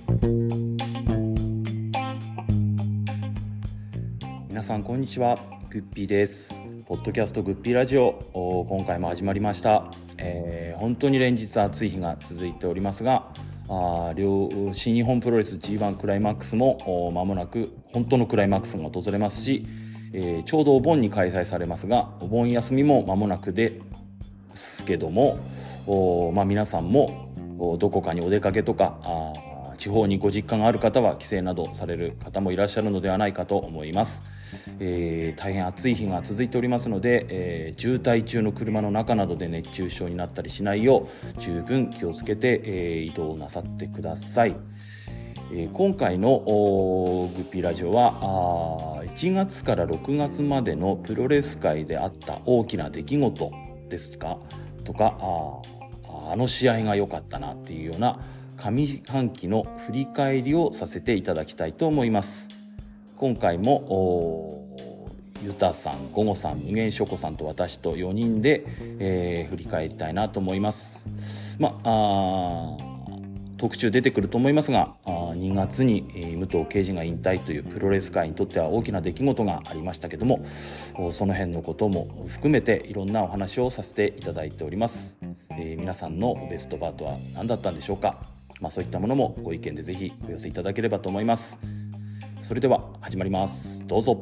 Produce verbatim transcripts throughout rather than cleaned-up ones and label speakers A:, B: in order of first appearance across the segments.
A: 皆さんこんにちは、グッピーです。ポッドキャストグッピーラジオ、今回も始まりました。えー、本当に連日暑い日が続いておりますが、あ両新日本プロレス ジーワン クライマックスも間もなく本当のクライマックスが訪れますし、えー、ちょうどお盆に開催されますが、お盆休みも間もなくですけども、お、まあ、皆さんもどこかにお出かけとか、あ地方にご実家がある方は帰省などされる方もいらっしゃるのではないかと思います。えー、大変暑い日が続いておりますので、えー、渋滞中の車の中などで熱中症になったりしないよう十分気をつけて、えー、移動なさってください。えー、今回のグッピーラジオはあいちがつからろくがつまでのプロレス界であった大きな出来事ですかとか、ああの試合が良かったなっていうような上半期の振り返りをさせていただきたいと思います。今回もゆたさん、ごごさん、無限しょこさんと私とよにんで、えー、振り返りたいなと思います。まあ、あ特集出てくると思いますが、あにがつに、えー、武藤敬司が引退というプロレス界にとっては大きな出来事がありましたけども、その辺のことも含めていろんなお話をさせていただいております。えー、皆さんのベストバートは何だったんでしょうか。まあ、そういったものもご意見でぜひお寄せいただければと思います。それでは始まります。どうぞ。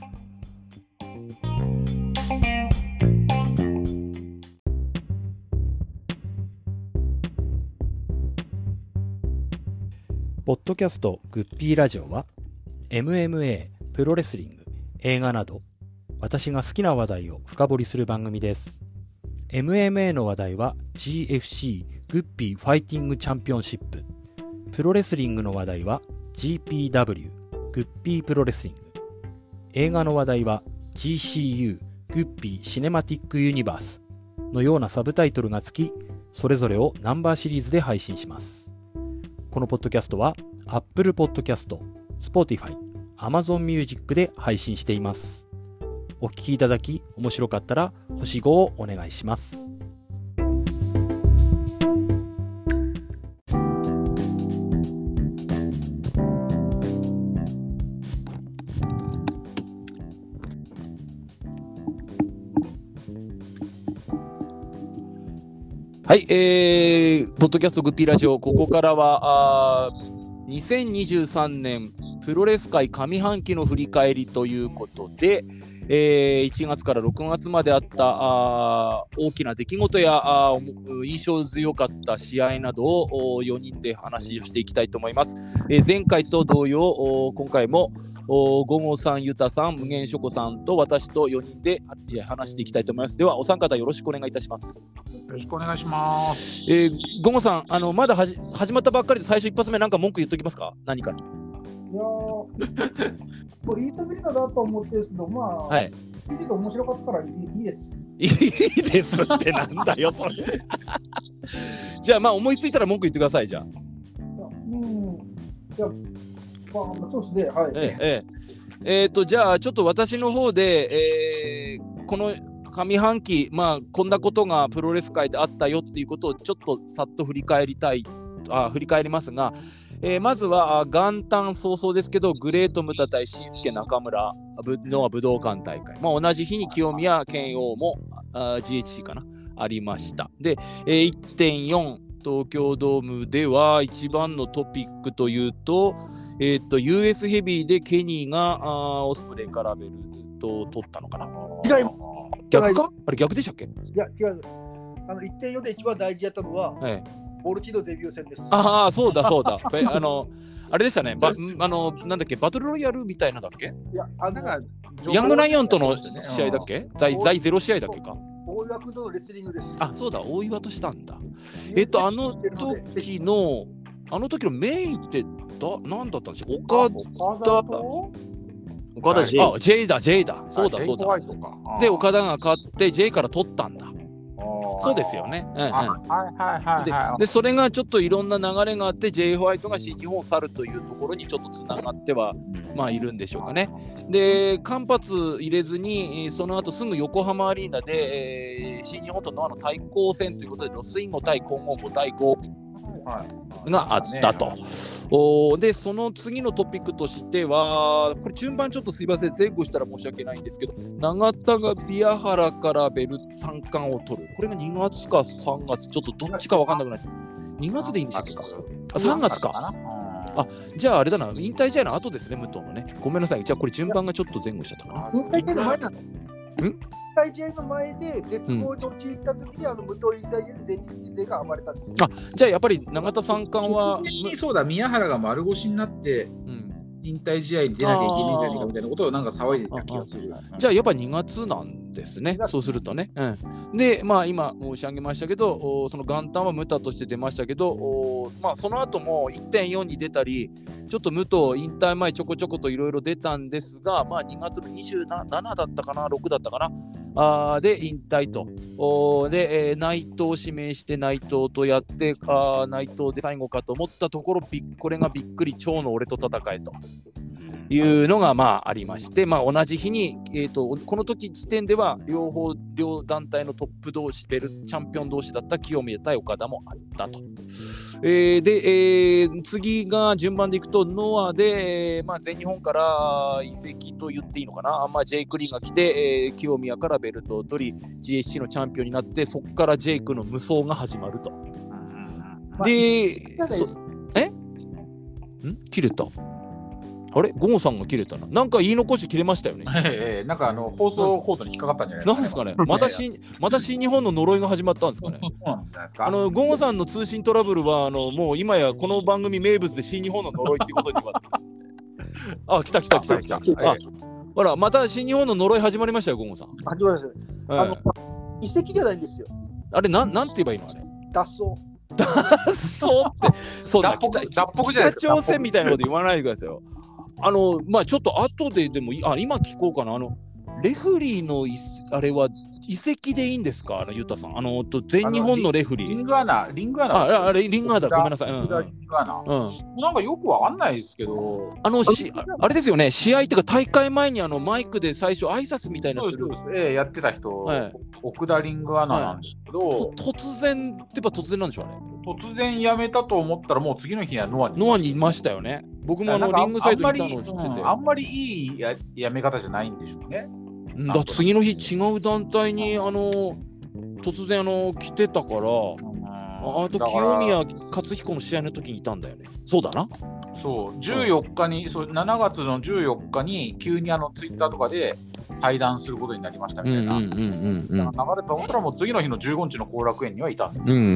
B: ポッドキャストグッピーラジオは エムエムエー、プロレスリング、映画など私が好きな話題を深掘りする番組です。 エムエムエー の話題は ジーエフシー グッピーファイティングチャンピオンシップ、プロレスリングの話題は ジーピーダブリュー グッピープロレスリング、映画の話題は ジーシーユー グッピーシネマティックユニバースのようなサブタイトルがつき、それぞれをナンバーシリーズで配信します。このポッドキャストは Apple Podcast、Spotify、Amazon Music で配信しています。お聞きいただき面白かったら星ごをお願いします。
C: はい、えー、ポッドキャストグッピーラジオ、ここからはあにせんにじゅうさんねんプロレス界上半期の振り返りということで、えー、いちがつからろくがつまであったあ大きな出来事やあ印象強かった試合などをよにんで話をしていきたいと思います。えー、前回と同様、今回もごごさん、ゆたさん、無限しょこさんと私とよにんで話していきたいと思います。ではお三方よろしくお願いいたします。
D: よろしくお願いします。
C: えー、ゴゴさん、あのまだはじ始まったばっかりで最初一発目なんか文句言っときますか？何かに。
E: いやもう言いそびれたなと思ってるんですけど、まあ、はい、聞いてて面白かったからいい、いいです。
C: いいですってなんだよ、それ。じゃあ、まあ、思いついたら文句言ってください、じゃあ。
E: うん、じゃあ、まあ、そうですね、はい。
C: ええええー、とじゃあ、ちょっと私の方で、えー、この上半期、まあ、こんなことがプロレス界であったよっていうことをちょっとさっと振り返りたい、あ振り返りますが、えー、まずは元旦早々ですけど、グレートムタ対新助中村の武道館大会、まあ、同じ日に清宮拳王もあ ジーエイチシー かなありました。で、えー、いってんよん 東京ドームでは一番のトピックというと、えー、と ユーエス ヘビーでケニーがあオスプレイからベルトを取ったのかな。
E: 違います。
C: 逆か？あれ逆でしたっけ？
E: いや違う。あのいってんよんで一番大事だったのは、はい、ボルチのデビュー戦です。
C: ああ、そうだそうだ。あのあれでしたね。ばあのなんだっけ、バトルロイヤルみたいなだっけ？
E: いや、あの
C: ヤングライオンとの試合だっけ？第第ゼロ試合だっけか？
E: 大岩君とのレスリングです。
C: あ、そうだ、大岩としたんだ。えっとあの時のあの時のメインってだ何だったんでしょう？岡田。岡田 J。あ、J だ、J だ。そうだ、そうだ。で、岡田が勝って J から取ったんだ。そうですよね。うんうん、はいはいはい、はい、で、でそれがちょっといろんな流れがあって、J ホワイトが新日本を去るというところにちょっとつながっては、まあ、いるんでしょうかね。で、間髪入れずに、その後すぐ横浜アリーナで、えー、新日本とノアの対抗戦ということで、ロスインゴ対混合ご対ごがあったと。おで、その次のトピックとしては、これ順番ちょっとすいません、前後したら申し訳ないんですけど、永田が宮原からベル三冠を取る。これがにがつかさんがつ、ちょっとどっちか分かんなくなっちゃう。にがつでいいんでしたっけか。あ、さんがつか。あ、じゃああれだな、引退試合の後ですね、武藤のね。ごめんなさい。じゃあこれ順番がちょっと前後しちゃったかな。
E: 引退試合の前なの。
C: ん
E: 引退試合の前で絶望に陥った時に、うん、あの無党引退試合で前日勢が暴れたんですよ。
C: あ、じゃあやっぱり永田三冠は。
D: そうだ、宮原が丸腰になって、うん、引退試合に出なきゃいけないんじゃないかみたいなことをなんか騒いでた気がする。
C: じゃあやっぱりにがつなんですね、そうするとね。うん、で、まあ今申し上げましたけど、その元旦はムタとして出ましたけど、まあその後も いってんよん に出たり、ちょっと武藤引退前ちょこちょこといろいろ出たんですが、まあにがつのにじゅうななだったかな、ろくだったかな。あで引退とおで、えー、内藤を指名して内藤とやってあ内藤で最後かと思ったところびこれがびっくり蝶の俺と戦えというのがまあありまして、まあ、同じ日に、えー、とこの時時点では両方両団体のトップ同士ベルチャンピオン同士だった清宮対岡田もあったと。えー、で、えー、次が順番でいくとノアで、えーまあ、全日本から移籍と言っていいのかな、まあ、ジェイク・リーが来て、えー、清宮からベルトを取り ジーエイチシー のチャンピオンになってそこからジェイクの無双が始まると。で、まあ、えん切れたあれゴーさんが切れたな。なんか言い残し切れましたよね。
D: ええ、なんかあの放送コードに引っかかったんじゃないですか、ね。
C: なんですかね。また新また新日本の呪いが始まったんですかね。あのゴーさんの通信トラブルはあのもう今やこの番組名物で新日本の呪いってことになってる。あ、来た来た来た来た。あ、ほらまた新日本の呪い始まりましたよゴーさん。
E: 始まりました。あの遺跡じゃないんですよ。
C: あれなんなんて言えばいいのあれ。
E: 脱走。
C: 脱走ってそんな北朝鮮みたいなこと言わないでくださいよ。あのまあちょっと後ででもあ今聞こうかな。あのレフリーのあれは移籍でいいんですか、あのユタさん。あのと全日本のレフリー。
D: リングアナ、リングアナ。
C: あ、あれリングアナだ。ごめんなさい。うん、
D: リングアナ。うん。なんかよくわかんないですけど。
C: あのしあれですよね。試合っていうか大会前にあのマイクで最初挨拶みたいなする。
D: そうです。ええ、やってた人、はい、奥田リングアナなんですけど。はい、
C: 突然ってば突然なんでしょうあれ。
D: 突然辞めたと思ったらもう次の日にはノアに
C: ノアにいましたよね。僕もあのリングサイドにいたのを知ってて、
D: あんまりいいや辞め方じゃないんでしょうね。
C: だ次の日違う団体にあの突然あの来てたから、あと清宮克彦の試合の時にいたんだよね。そうだな。
D: そうじゅうよっかに、そうしちがつのじゅうよっかに急にあのツイッターとかで対談することになりましたみたいな。流れと思ったらもう次の日のじゅうごにちの後楽園にはいたんです。うんうんうん。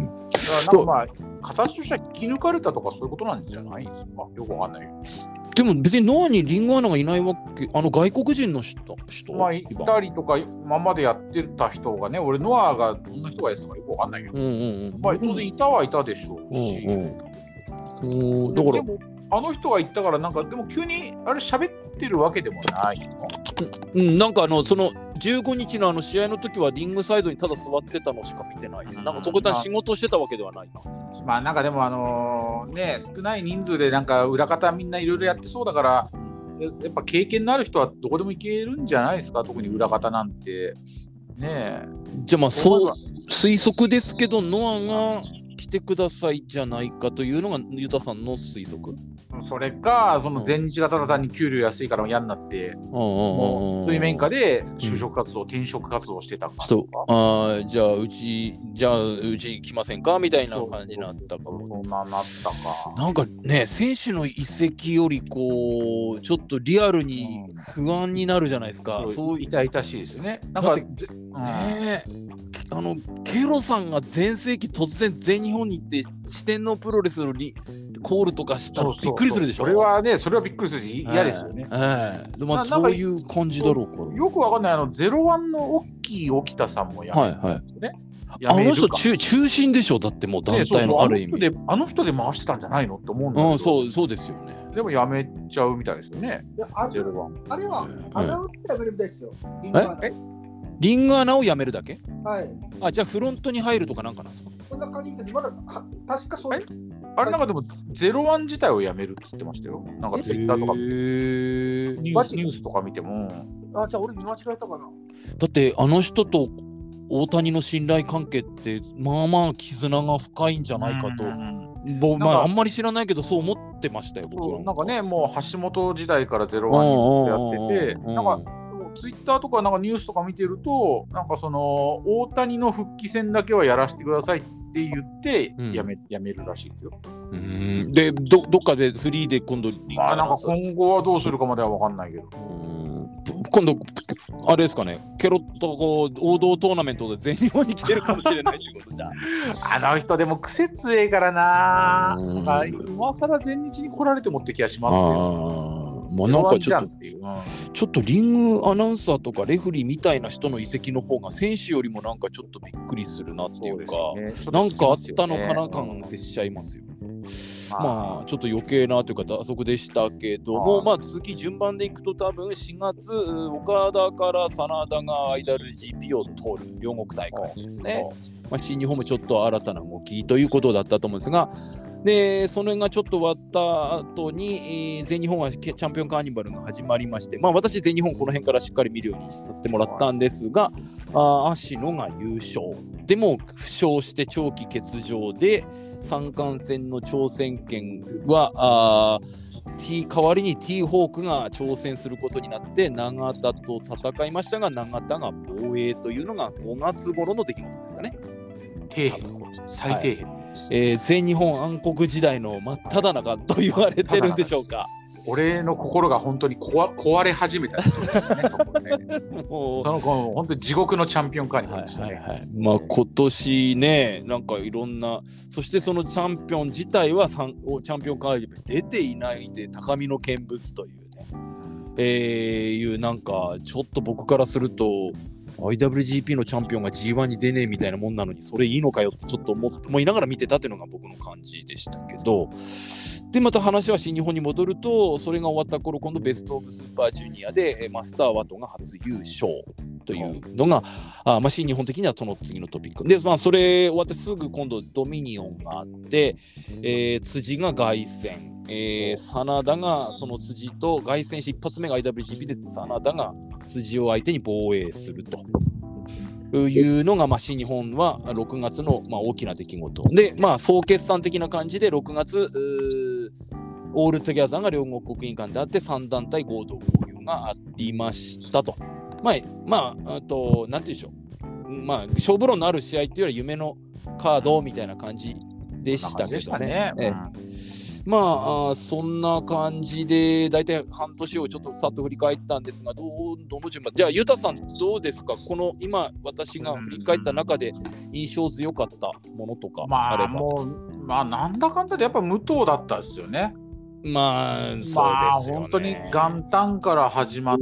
D: だからなんかまあ形としては引き抜かれたとかそういうことなんじゃないですか。よくわかんない。
C: でも別にノアにリングアナがいないわけ、あの外国人の人、人
D: まあ、いたりとか、ままでやってた人がね、俺、ノアがどんな人がやってたかよくわかんないけど、うんうんうん、まあ、当然いたはいたでしょうし、うんうん、だからでも、あの人が言ったから、なんか、でも急にあれ喋ってるわけでもないの？
C: うん、なんかあの、そのじゅうごにちのあの試合の時はリングサイドにただ座ってたのしか見てないです。うん、なんかそこで仕事をしてたわけではない感じです。
D: まあなんかでもあのー、ね、少ない人数でなんか裏方みんないろいろやってそうだから、やっぱ経験のある人はどこでも行けるんじゃないですか、特に裏方なんて。ねえ。
C: じゃあまあそう推測ですけど、ノアが来てくださいじゃないかというのがユタさんの推測。
D: それか、その前日がただ単に給料安いから嫌になって、もう水面下で就職活動、うん、転職活動をしてたかとか。
C: ああ、じゃあうち、じゃあうち来ませんかみたいな感じになったかも。
D: そんななったか。
C: なんかね、選手の移籍よりこう、ちょっとリアルに不安になるじゃないですか。
D: うん、
C: そう、
D: 痛々しいですよね。なんか、ね
C: え、あのケロさんが全盛期突然全日本に行って四天王プロレスのリコールとかしたらびっくりするでしょ。
D: それはね、それはびっくりするし嫌ですよね。
C: えーえー、でまあそういう感じだろうから。
D: よくわかんない、あのゼロワンの大きい沖田さんもやめたんですよね。
C: はいはい、あの人中中心でしょ。だってもう団体のある意味、
D: ね、そうそう、あの人で、あの人で回してたんじゃないのって思うんだけど。
C: うん、そうそうですよね。
D: でもやめちゃうみたいですよね。
E: ゼロワン。あれはアナウンスやめるみたいですよ。
C: え？リングアナをやめるだけ？
E: はい。
C: あ、じゃあフロントに入るとかなんかなんですか？
E: そんな感じです。まだ確かそう。
D: あれなんかでもゼロワン自体をやめるって言ってましたよ。なんかツイッターとかニュース、ニュースとか見ても。
E: あ、じゃあ俺見間違えたかな。
C: だってあの人と大谷の信頼関係ってまあまあ絆が深いんじゃないかと、ぼまあ、あんまり知らないけどそう思ってましたよ、僕は。
D: なんかね、もう橋本時代からゼロワンにやってて、なんかツイッターとかなんかニュースとか見てると、なんかその大谷の復帰戦だけはやらせてくださいって言ってやめ、うん、やめるらしいですよ。
C: うんでど、どっかでフリーで今度リング
D: まあ、なんか今後はどうするかまでは分かんないけど。
C: 今度、あれですかね、ケロッとこう王道トーナメントで全日本に来てるかもしれないってことじゃん。
D: あの人でも癖強いからな、まあ、今更全日に来られてもって気がしますよ。
C: まあ、なんかちょっと、うん、ちょっとリングアナウンサーとかレフリーみたいな人の移籍の方が選手よりもなんかちょっとびっくりするなっていうか、ね、なんかあったのかな感ってしちゃいますよ。まあちょっと余計なというか打足でしたけども、まあ次順番でいくと多分しがつ岡田から真田が アイダブリュージーピー を取る両国大会ですね。まあ、新日本もちょっと新たな動きということだったと思うんですが、でそれがちょっと終わった後に、えー、全日本はチャンピオンカーニバルが始まりまして、まあ私全日本この辺からしっかり見るようにさせてもらったんですが、あ芦野が優勝でも負傷して長期欠場で三冠戦の挑戦権はあ T 代わりに T ホークが挑戦することになって永田と戦いましたが、永田が防衛というのがごがつ頃の出来事ですかね。
D: 底辺、最底辺、はい、
C: えー、全日本暗黒時代の真っ只中と言われてるんでしょうか。
D: 俺の心が本当に壊壊れ始めた、ね、もうその子も本当に地獄のチャンピオンカーニバルでしたね。はいはいはい、
C: まあ、今年ね、なんかいろんな、そしてそのチャンピオン自体はチャンピオンカーニバル出ていないで高みの見物というね、えー、いうなんかちょっと僕からすると アイダブリュージーピー のチャンピオンが ジーワン に出ねえみたいなもんなのにそれいいのかよってちょっと思って思いながら見てたっていうのが僕の感じでしたけど、でまた話は新日本に戻ると、それが終わった頃今度ベストオブスーパージュニアでマスターワトが初優勝というのが、あ、まあ、新日本的にはその次のトピックで、まあ、それ終わってすぐ今度ドミニオンがあって、えー、辻が凱旋、えー、真田がその辻と凱旋し一発目が アイダブリュージーピー で真田が辻を相手に防衛するというのが、まあ、新日本はろくがつの、まあ、大きな出来事で、まあ、総決算的な感じでろくがつオールトゥギャザーが両国国技館であってさん団体合同交流がありましたと。まあ、まあ、あと、なんていうんでしょう。まあ、勝負論のある試合っていうより夢のカードみたいな感じでしたけどね。ええ、まあ、そんな感じで、大体半年をちょっとさっと振り返ったんですが、どうどの順番、じゃあ、ゆたさん、どうですか、この今、私が振り返った中で、印象強かったものとかあれば。
D: まあ、もう、まあ、なんだかんだでやっぱ無党だったですよね。
C: まあ、そうですよね。
D: まあ、本当に元旦から始まって、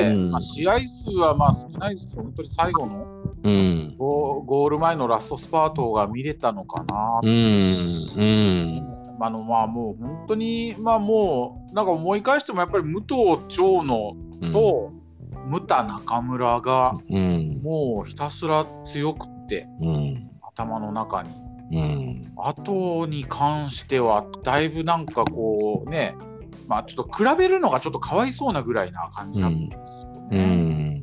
D: うん、まあ、試合数はまあ少ないですけど、本当に最後の、うん、ゴ, ゴール前のラストスパートが見れたのかな。うんうんあのまあ、もう本当に、まあ、もうなんか思い返してもやっぱり武藤長野と牟田中村がもうひたすら強くって、うん、頭の中に、うん、後に関してはだいぶなんかこうね、まあ、ちょっと比べるのがちょっとかわいそうなぐらいな感じなんですよね。うんうん、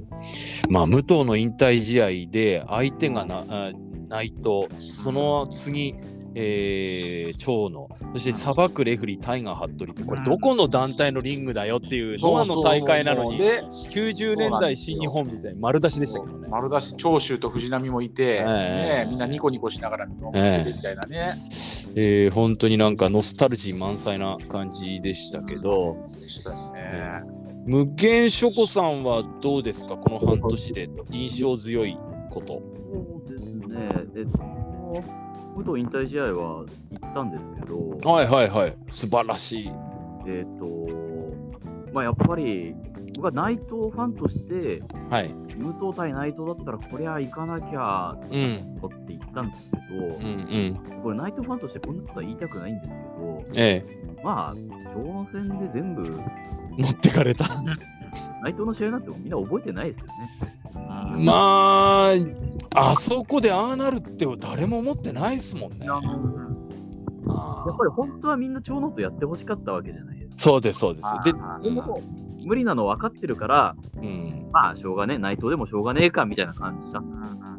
C: まあ、武藤の引退試合で相手がな内藤、その次えー、長野、そしてさばくレフリータイガー・ハットリって、これどこの団体のリングだよっていうノアの大会なのに、きゅうじゅうねんだい新日本みたいな丸出しでしたけどね。
D: 丸出し、長州と藤波もいて、えーね、みんなニコニコしながら見守ってるみたいなね、
C: えーえー、本当になんかノスタルジー満載な感じでしたけど、うんね、無限ショコさんはどうですか、この半年で印象強いこと。
F: そうですね、えっと武藤引退試合は行ったんですけど、
C: はいはいはい、素晴らしい。
F: えっと、まあやっぱり、僕は内藤ファンとして、はい、武藤対内藤だったら、こりゃ行かなきゃって言ったんですけど、うんうん、これ内藤ファンとしてこんなことは言いたくないんですけど、ええ、まあ、長野戦で全部
C: 持ってかれた。
F: 内藤の試合なんてみんな覚えてないですよね。
C: まあ、あそこでああなるって誰も思ってないですもんね。やっ
F: ぱり本当はみんな長野とやってほしかったわけじゃないですか。
C: そうです、そうです。で、
F: でも無理なの分かってるから、うん、まあ、しょうがねえ、内藤でもしょうがねえかみたいな感じだ。うん、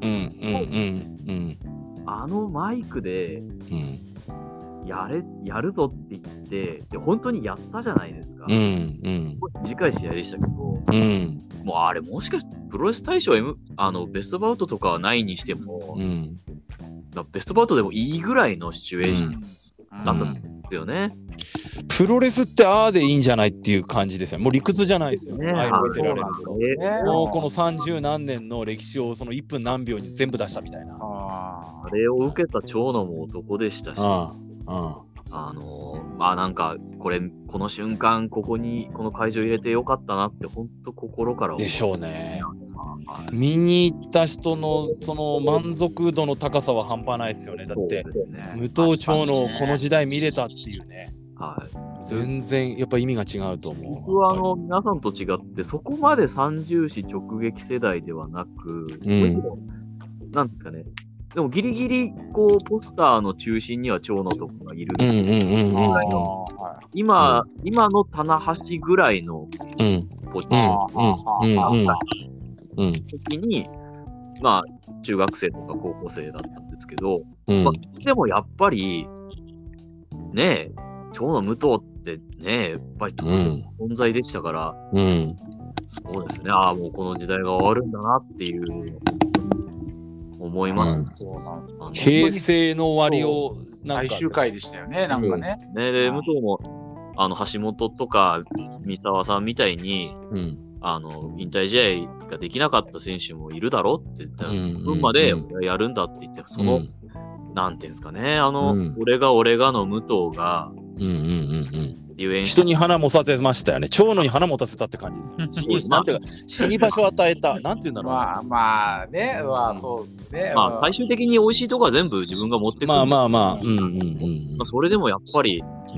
F: あのマイクで、うんやれやるぞって言ってで本当にやったじゃないですか、うんうん、短い試合でしたけど、うん、もうあれもしかしてプロレス大賞、M、あのベストバウトとかはないにしても、うん、ベストバウトでもいいぐらいのシチュエーションだったんですよね、うんうん、
C: プロレスってああでいいんじゃないっていう感じですよ。もう理屈じゃないですよね。ああいうの見せられると、ね、もうこの三十何年の歴史をそのいっぷん何秒に全部出したみたいな。
F: あ, あれを受けた長野も男でしたし、あああのまあなんかこれこの瞬間ここにこの会場入れてよかったなって本当心から思う
C: でしょうね。見に行った人のその満足度の高さは半端ないですよね。だって、ね、無党長のこの時代見れたっていうね。はい、全然やっぱ意味が違うと思う。
F: 僕はあの皆さんと違ってそこまで三重視直撃世代ではなく、うん、なんですかね。でもギリギリこうポスターの中心には長野とかがいるんで、今、うん、今の棚橋ぐらいのポジション時に、まあ中学生とか高校生だったんですけど、うんまあ、でもやっぱりねえ長野武藤ってねやっぱり存在でしたから、うん、そうですねああもうこの時代が終わるんだなっていう。思います、うん、
C: 平成の終わりを
D: なんか最終回でしたよねなんかね、
F: うん、ねで武藤もあの橋本とか三沢さんみたいに、うん、あの引退試合ができなかった選手もいるだろって言ったら、うん、その分までやるんだって言ってその、うん、なんていうんですかねあの、うん、俺が俺がの武藤が、うんうんうんうん
C: 人に花持たせましたよね。長野に花持たせたって感じですね。なんていうか死に場所を与えた。なんていうんだろう。
D: まあまあね、まあそうですね。
F: まあ最終的に美味しいとこは全部自分が持ってくる。
C: まあまあまあ。うんうんうん。
F: まあそれでもやっぱり、うん、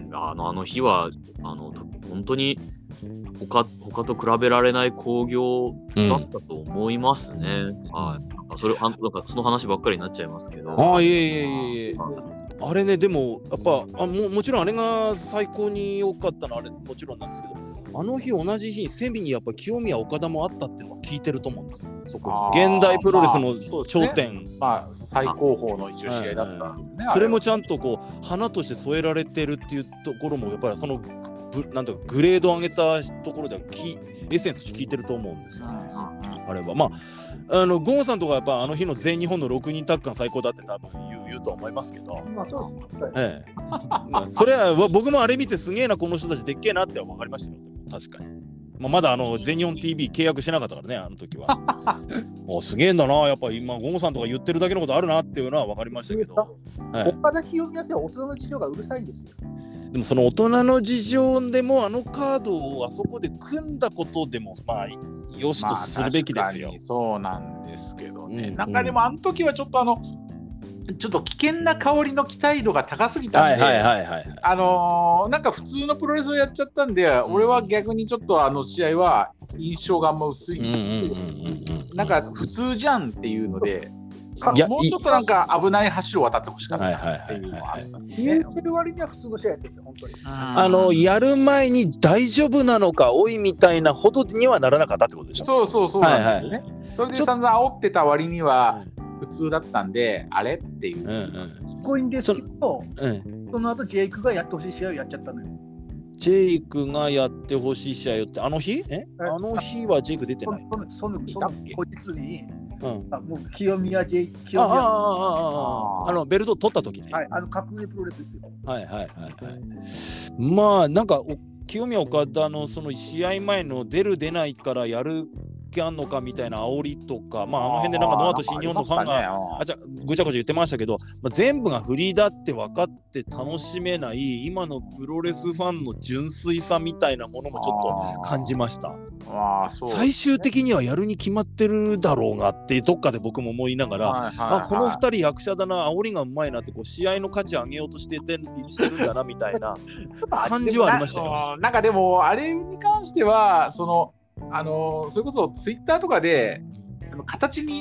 F: あのあの日はあの本当に他他と比べられない興行だったと思いますね。うん、はい。なんかそれあなんかその話ばっかりになっちゃいますけど。
C: ああいえいえいえいえ。あれねでもやっぱあ も, もちろんあれが最高に良かったのはあれもちろんなんですけどあの日同じ日にセミにやっぱ清宮岡田もあったっていうのは聞いてると思うんですよ。そこ現代プロレスの頂点、
D: まあねまあ、最高峰の一応試合だったんですね、
C: えー、それもちゃんとこう花として添えられてるっていうところもやっぱりそのなんていうかグレード上げたところではキエッセンス聞いてると思うんですよね、うん、あれはまああのゴンさんとかやっぱあの日の全日本のろくにんタッグが最高だって多分言う、言うと思いますけど、まあそうですね、ええまあ、それは僕もあれ見てすげえなこの人たちでっけえなって分かりましたよ確かに、まあ、まだあの全日本 ティービー 契約してなかったからねあの時はおすげえんだなやっぱ今ゴンさんとか言ってるだけのことあるなっていうのは分かりましたけど、
E: はい、岡田清宮さんは大人の事情がうるさいんですよ。
C: でもその大人の事情でもあのカードをあそこで組んだことでもまあよしとするべきですよ。まあ、
D: そうなんですけどね、うん、なんかでもあの時はちょっとあのちょっと危険な香りの期待度が高すぎたんで、あのー、なんか普通のプロレスをやっちゃったんで、うん、俺は逆にちょっとあの試合は印象があんま薄いんですよ。なんか普通じゃんっていうので。もうちょっとなんか危ない橋を渡ってほしかったっていうのはありますね。
E: 言ってる割には普通の試合ですよ、本当に。
C: あのやる前に大丈夫なのか、おいみたいなほどにはならなかったってことでしょ。
D: そうそうそうなんですよね。はいはい、それで散々煽ってた割には普通だったんで、あれっていう。
E: すごいんですけど、うん、その後ジェイクがやってほしい試合をやっちゃったのよ。
C: ジェイクがやってほしい試合をって、あの日えあの日はジェイク出てない。
E: その後日に。うん、あもう清宮 J 清宮
C: ああああああのベルトを取った時ね。
E: はい、あの革命プロレスですよ。
C: はいはいはいはい。まあなんか清宮岡田のその試合前の出る出ないからやる気あんのかみたいな煽りとか、まああの辺でなんかノアと新日本のファンがあちゃぐちゃぐちゃ言ってましたけど、まあ、全部がフリーだって分かって楽しめない今のプロレスファンの純粋さみたいなものもちょっと感じました。あそうね、最終的にはやるに決まってるだろうがっていうどっかで僕も思いながら、はいはいはい、あこのふたり役者だな煽りがうまいなってこう試合の価値上げようとしててしてるんだなみたいな感じはありましたよ。
D: なんかでもあれに関してはそのあのそれこそツイッターとかであの形に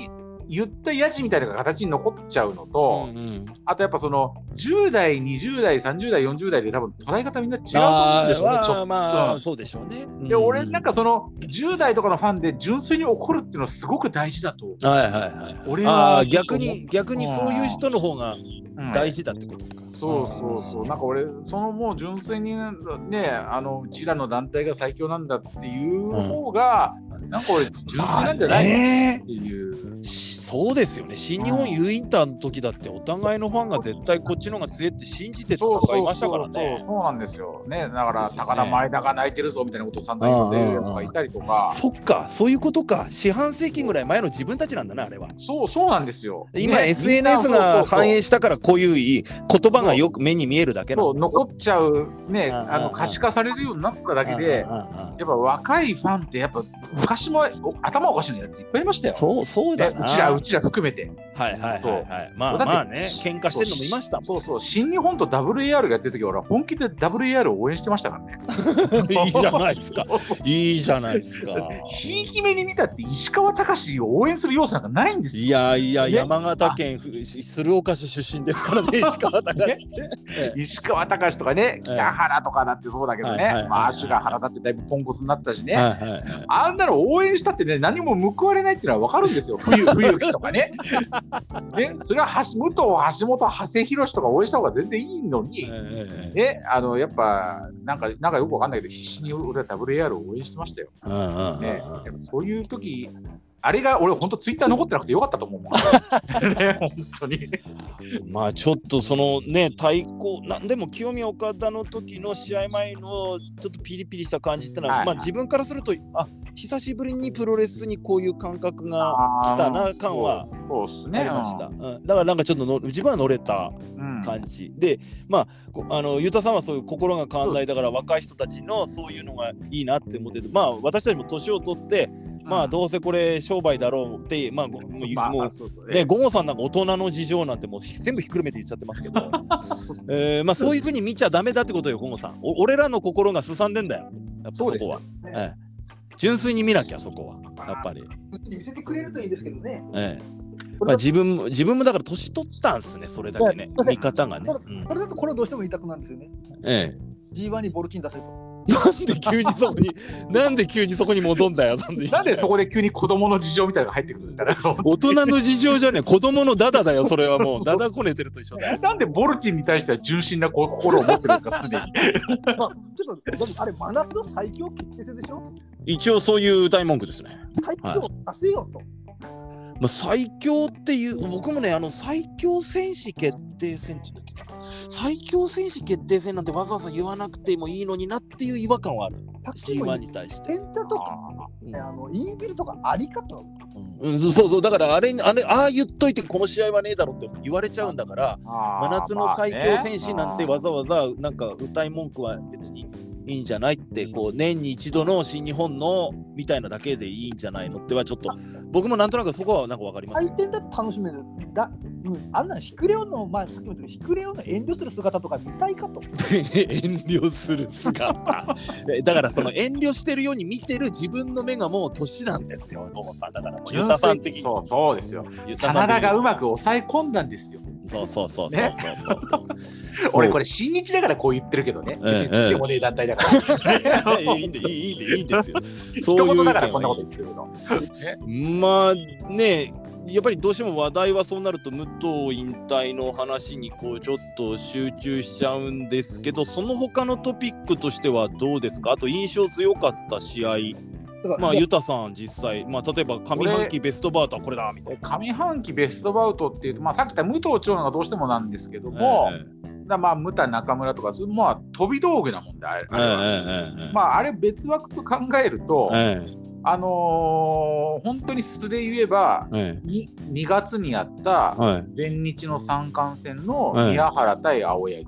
D: 言ったやじみたいな形に残っちゃうのと、うんうん、あとやっぱそのじゅう代、にじゅう代、さんじゅう代、よんじゅう代で多分捉え方みんな違うと思うんでしょうね。ちょっと
C: まあそうでしょうね。
D: で、うん、俺なんかそのじゅう代とかのファンで純粋に怒るっていうのはすごく大事だと。
C: はいはいはい。俺は逆に逆にそういう人の方が大事だってことか。
D: うん、そうそうそう、なんか俺、そのもう純粋にね、あのうちらの団体が最強なんだっていう方が、うん、なんか俺、純粋なんじゃないのっていう。
C: そうですよね、新日本 U インターの時だって、お互いのファンが絶対こっちの方が強いって信じて戦いましたからね。
D: そうなんですよ、ね、だから、高田前田が泣いてるぞみたいなことを散々言ってる人がいたりとか。
C: そっか、そういうことか、四半世紀ぐらい前の自分たちなんだな、あれは。
D: そうそうなんですよ。
C: 今、ね、エスエヌエス が反映したから、こういう言葉がよく目に見えるだけなの。
D: そう残っちゃう、ね、あの可視化されるようになっただけで、やっぱ若いファンって、やっぱ昔も頭おかしいのやついっぱいいましたよ。
C: そうそうだな、
D: うちら、うちら含めて。
C: はいはいはいはい。まあまあね、喧嘩してるのもいましたもん。
D: そうそう、新日本と ダブリューエーアール がやってる時は、俺は本気で ダブリューエーアール を応援してましたからね。
C: いいじゃないですか。いいじゃないですか。
D: ひいき目に見たって石川隆を応援する要素なんかないんですよ。
C: いやいや、ね、山形県鶴岡市出身ですからね、石川隆。ね、
D: 石川隆とかね、北原とかだってそうだけどね、アッシュが原だってだいぶポンコツになったしね、はいはいはい、あんなの応援したってね、何も報われないっていうのは分かるんですよ、冬冬木とかね。ね、それは橋武藤、橋本、長谷博とか応援した方が全然いいのに、えーね、あのやっぱなんか、なんかよくわかんないけど、必死に俺は ダブリューエーアール を応援してましたよ。ね、そういう時あれが俺、本当、ツイッター残ってなくてよかったと思うもん、ね、本当に。
C: まあちょっとそのね、対抗、なんでも清宮岡田の時の試合前のちょっとピリピリした感じってのは、はいはい、まあ自分からすると、あ、久しぶりにプロレスにこういう感覚が来たな感はありました。うん、だからなんかちょっとの自分は乗れた感じ、うん、で、まああのユタさんはそういう心が寛大だから、若い人たちのそういうのがいいなって思ってて、まあ私たちも年を取ってまあどうせこれ商売だろうって、まあもう、もうね、ゴゴさんなんか大人の事情なんてもう全部ひっくるめて言っちゃってますけど、えー、まあそういうふうに見ちゃダメだってことよ、ゴゴさん。お俺らの心がすさんでんだよ、やっぱそこは。ええ、純粋に見なきゃ、そこはやっぱり。
E: 見せてくれるといいですけどね。
C: ええ、まあ、自分も自分もだから年取ったんですね、それだけね、見方がね。
E: そ れ,、うん、それだとこれをどうしても言いたくなんですよね。
C: ええ、
E: ジーワン にボルキン出せと。
C: なんで急にそこになんで急にそこに戻んだよ。
D: なんでなんでそこで急に子供の事情みたいなのが入ってくるんですかね。
C: 大人の事情じゃねえ、子供のダダだよ、それはもうダダこねてると一緒だよ。
D: なんでボルチンに対しては純真な心を持ってるんですか、すでに。
E: まあ、ちょっとあれ真夏の最強決定戦でしょ。
C: 一応そういう歌い文句ですね。
E: 最強を出せよと。はい、
C: まあ、最強っていう、僕もね、あの最強戦士決定戦って言うんだっけかな、最強戦士決定戦なんてわざわざ言わなくてもいいのになっていう違和感はある。ジーワン に対して。
E: ペンタとか、うん、あのイービルとかあり方、
C: うん、そうそう、だからあれ、あれ、ああ言っといてこの試合はねえだろって言われちゃうんだから、真夏の最強戦士なんてわざわざなんか歌い文句は別にいいんじゃないって、こう年に一度の新日本のみたいなだけでいいんじゃないのってはちょっと僕もなんとなくそこはなんか分かります。
E: 回転だと楽しめるだ、うん、あんなのヒクレオの、まあ、さっきも言ったけどヒクレオの遠慮する姿とか見たいかと。
C: 遠慮する姿だからその遠慮してるように見てる自分の目がもう年なんですよ、ゴゴさん。だからもうユタさん的に。
D: そうそうですよ。真田がうまく抑え込んだんですよ。
C: そうそうそうそうそうそう
D: 俺これ新日だからこう言ってるけどね。別に好きでもねえ団体だから。
C: いいんでいいんでいいんですよ。
D: そういうだからこんなこと言ってるけど。
C: まあね、やっぱりどうしても話題はそうなると武藤引退の話にこうちょっと集中しちゃうんですけど、その他のトピックとしてはどうですか。あと印象強かった試合。まあ、ユタさん実際、まあ、例えば上半期ベストバウトはこれだみたいな。
D: 上半期ベストバウトっていうと、まあ、さっき言った武藤長野がどうしてもなんですけども、えー、だまあムタ中村とか、まあ、飛び道具なもんで、あれ、えーえー、まあ、あれ別枠と考えると、えー、あのー、本当に素で言えば、えー、ににがつにやった全日の三冠戦の宮原対青柳。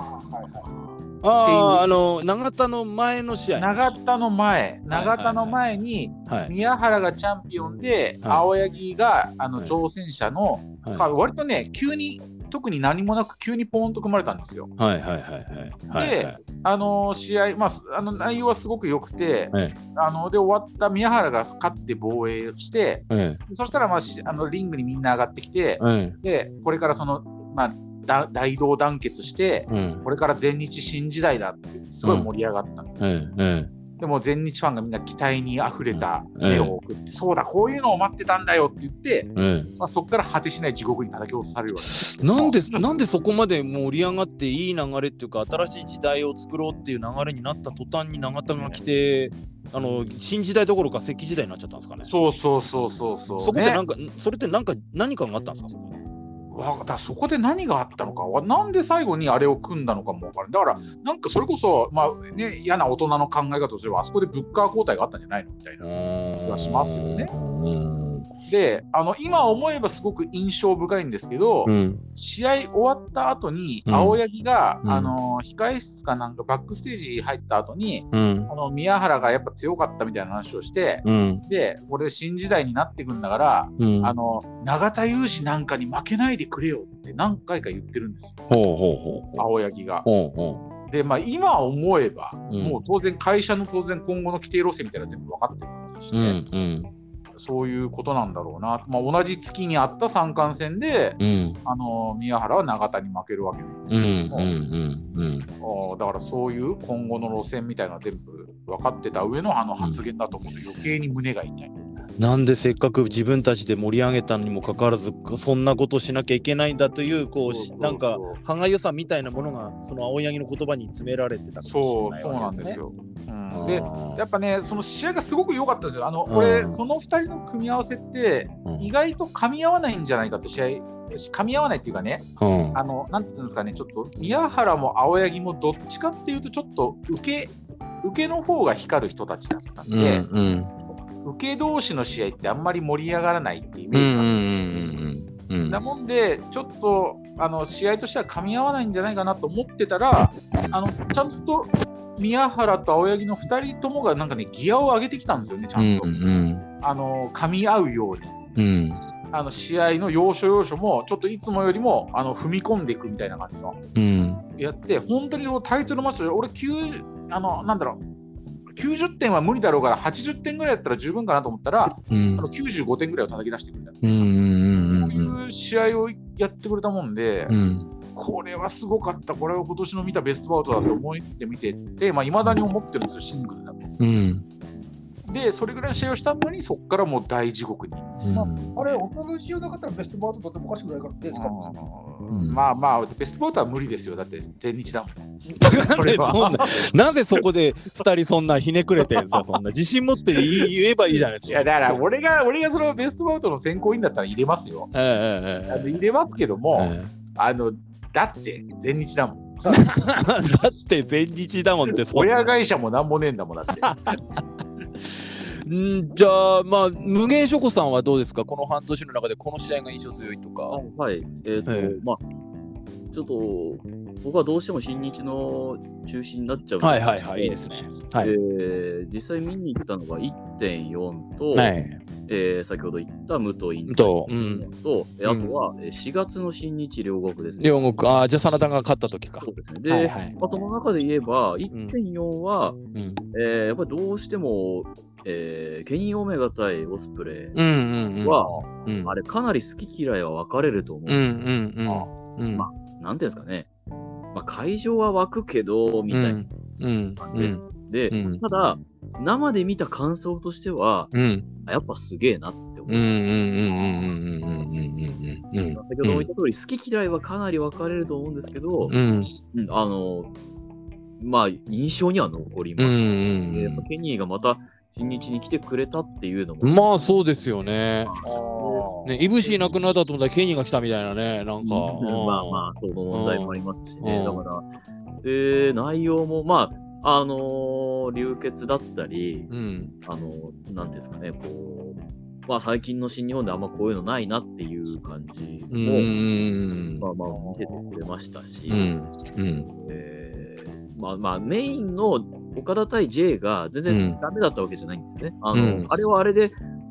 C: ああ、あの長田の前の試合。
D: 長田の前、長田の前に、宮原がチャンピオンで、はい、青柳があの挑戦者の、はい、割とね、急に特に何もなく急にポーンと組まれたんですよ。
C: はいはいはいはいはい、
D: で、はい、あの試合、まあ、あの内容はすごく良くて、はい、あので終わった宮原が勝って防衛して、はい、そしたら、まあ、あのリングにみんな上がってきて、はい、でこれからその、まあ、だ大同団結して、うん、これから全日新時代だってすごい盛り上がったんですよ。うんうんでも全日ファンがみんな期待にあふれた手を送って、うん、そうだこういうのを待ってたんだよって言って、うんまあ、そこから果てしない地獄に叩き落とされるわけです。
C: なんでなんでそこまで盛り上がっていい流れっていうか新しい時代を作ろうっていう流れになった途端に永田が来て、あの新時代どころか石器時代になっちゃったんですかね。
D: そうそうそうそうそう、ね、
C: そこでなんかそれってなんか何かがあったんですか。そこで
D: だそこで何があったのか、なんで最後にあれを組んだのかも分からない。だから、なんかそれこそ、まあね、嫌な大人の考え方とすれば、あそこでブッカー交代があったんじゃないのみたいな気がしますよね。で、あの今思えばすごく印象深いんですけど、うん、試合終わった後に、青柳が、うん、あの控え室かなんかバックステージ入った後に、うん、あの宮原がやっぱ強かったみたいな話をして、うん、で、これ新時代になっていくんだから、うん、あの永田裕二なんかに負けないでくれよって何回か言ってるんですよ。ほうほうほう青柳が。ほうほうで、まあ、今思えば、うん、もう当然会社の当然今後の規定路線みたいなの全部分かってるんですしね。うんうんそういうことなんだろうな、まあ、同じ月にあった三冠戦で、うん、あの宮原は永田に負けるわけなんですけども、うんうんうん、だからそういう今後の路線みたいなのは全部分かってた上のあの発言だと思うと余計に胸が痛い。
C: なんでせっかく自分たちで盛り上げたのにもかかわらずそんなことしなきゃいけないんだというこうそうそうそうなんか歯がゆさみたいなものがその青柳の言葉に詰められてたかもしれないわけですね。そうそうなんですよ。
D: うん、でやっぱねその試合がすごく良かったですよ。あのこれそのふたりの組み合わせって意外と噛み合わないんじゃないかって試合噛み合わないっていうかね、うん、あのなんていうんですかねちょっと宮原も青柳もどっちかっていうとちょっと受け受けの方が光る人たちだったんで。うんうん受け同士の試合ってあんまり盛り上がらないっていうイメージがあるんですよ。なもんでちょっとあの試合としては噛み合わないんじゃないかなと思ってたらあのちゃんと宮原と青柳のふたりともがなんかねギアを上げてきたんですよねちゃんと、うんうん、あの噛み合うように、うん、あの試合の要所要所もちょっといつもよりもあの踏み込んでいくみたいな感じの、うん、やって本当にタイトルマッチで俺きゅうあのなんだろうきゅうじゅってんは無理だろうからはちじゅってんぐらいだったら十分かなと思ったら、うん、あのきゅうじゅうごてんぐらいを叩き出してくれた、うんうんうん、そういう試合をやってくれたもんで、うん、これはすごかったこれは今年の見たベストバウトだと思って見てていまあ、未だに思ってるんですよシングルだと、うん、でそれぐらいの試合をしたのにそこからもう大地獄に、うん
E: まあ、あれお互い仕様なかったらベストバウトとってもおかしくないからですか、
D: うん、まあまあベストバウトは無理ですよだって全日だもん
C: それはなぜそこでふたりそんなひねくれてんさそんな自信持って言えばいいじゃないですか。
D: いやだから俺が俺がそのベストバウトの選考委員だったら入れますよ、えーえー、あの入れますけども、えー、あのだって全日だもん
C: だって全日だもんってそ
D: 親会社もなんもねえんだもんだって
C: んじゃあまあ無限書庫さんはどうですかこの半年の中でこの試合が印象強いとか。
F: はいえーと、えー、まあちょっと僕はどうしても新日の中心になっちゃうんですけど、
C: はいはいはい、いいですね。はい、
F: えー、実際見に行ったのが いってんよん と、はいえー、先ほど言った武藤引退と、うん、と、うん、あとはしがつの新日両国ですね。
C: 両国、ああ、じゃあ真田が勝った時か。
F: そうですね。で、はいはいまあ、その中で言えば いってんよん は、うんえー、やっぱりどうしても、えー、ケニー・オメガ対オスプレイは、うんうんうん、あれかなり好き嫌いは分かれると思う。うんうんうん、まあなんていうんですかね、まあ、会場は湧くけどみたいな感じです。で、うん、ただ生で見た感想としては、うん、やっぱすげえなって思う。先ほども言った通り、好き嫌いはかなり分かれると思うんですけど、うんうん、あのまあ印象には残ります。うんうんうん、やっぱケニーがまた新日に来てくれたっていうのも
C: まあそうですよね。ね、イブシいなくなったと思ったらケニーが来たみたいなね、なんか、うん、
F: まあまあその問題もありますしね。だからで内容もまああのー、流血だったり、うん、あのなんていうんですかね、こうまあ最近の新日本であんまこういうのないなっていう感じもまあまあ見せてくれましたし、うんうんえー、まあまあメインの岡田対 J が全然ダメだったわけじゃないんですよね。うん、あの、うん、あれはあれで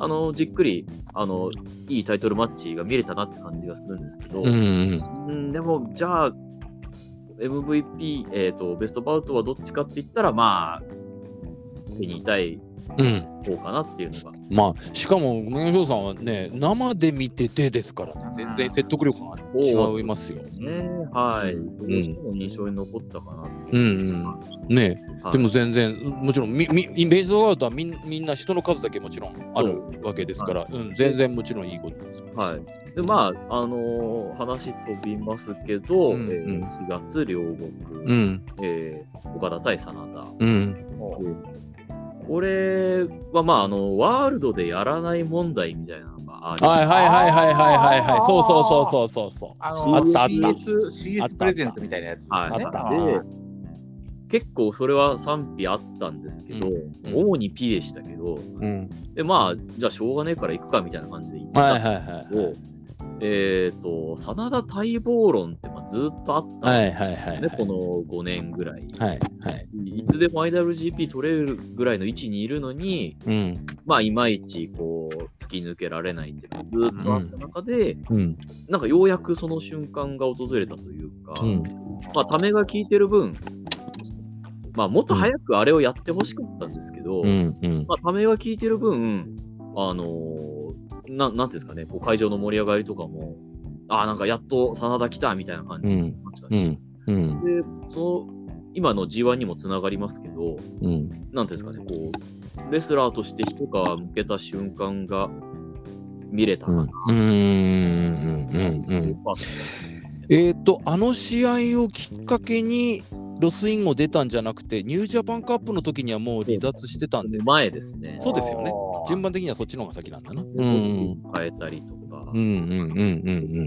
F: あのじっくりあのいいタイトルマッチが見れたなって感じがするんですけど、
C: うんうん
F: うん、でもじゃあ エムブイピー、えーと、ベストバウトはどっちかって言ったら、まあ、手に痛い方かなっていうのが。
C: うん、まあ、しかも、宗翔さんはね、生で見ててですからね、全然説得力が違いますよ。
F: ね、はい。どうしても印象に残ったかなっていう。
C: うんうん。ね、はい、でも全然、もちろん、みみベースバウトはみんみんな人の数だけもちろんあるわけですから、うん、全然もちろんいいことです。
F: はい。で、まあ、あのー、話飛びますけど、うんうん、えー、しがつ両国、うん、えー、岡田対真田。うん、これは、まあ、あの、ワールドでやらない問題みたいなのがある。
C: はいはいはいはいはいはいはい。そうそうそうそうそうそう。
D: あのー、あったあった。シーエス、シーエス プレゼンツみたいなやつですね。
F: はい、あった。で、結構それは賛否あったんですけど、うん、主に P でしたけど、うん、で、まあ、じゃあしょうがねえから行くかみたいな感じで行ったんですけど、えっと、真田待望論ってまあずっとあったんですね、はいはいはいはい、このごねんぐらい。はいはい、いつでも アイダブリュージーピー 取れるぐらいの位置にいるのに、うん、まあ、いまいちこう突き抜けられないっていうのがずっとあった中で、うん、なんかようやくその瞬間が訪れたというか、うん、まあ、ためが効いてる分、まあ、もっと早くあれをやってほしかったんですけど、うんうん、まあ、ためが効いてる分、あのー、ななんていうんですかね、こう会場の盛り上がりとかも、ああ、なんかやっと真田来たみたいな感じになりましたし、うんうん、でその今の ジーワン にもつながりますけど、うん、なんていうんですかね、こうレスラーとして一皮向けた瞬間が見れたかな。うんうんうん
C: うん。えっと、あの試合をきっかけに、ロスインゴ出たんじゃなくて、ニュージャパンカップの時にはもう離脱してたんです。
F: 前ですね。
C: そうですよね。順番的にはそっちの方が先なんだな。うん、
F: 変えたりとか。
C: うんうんうんうんうん。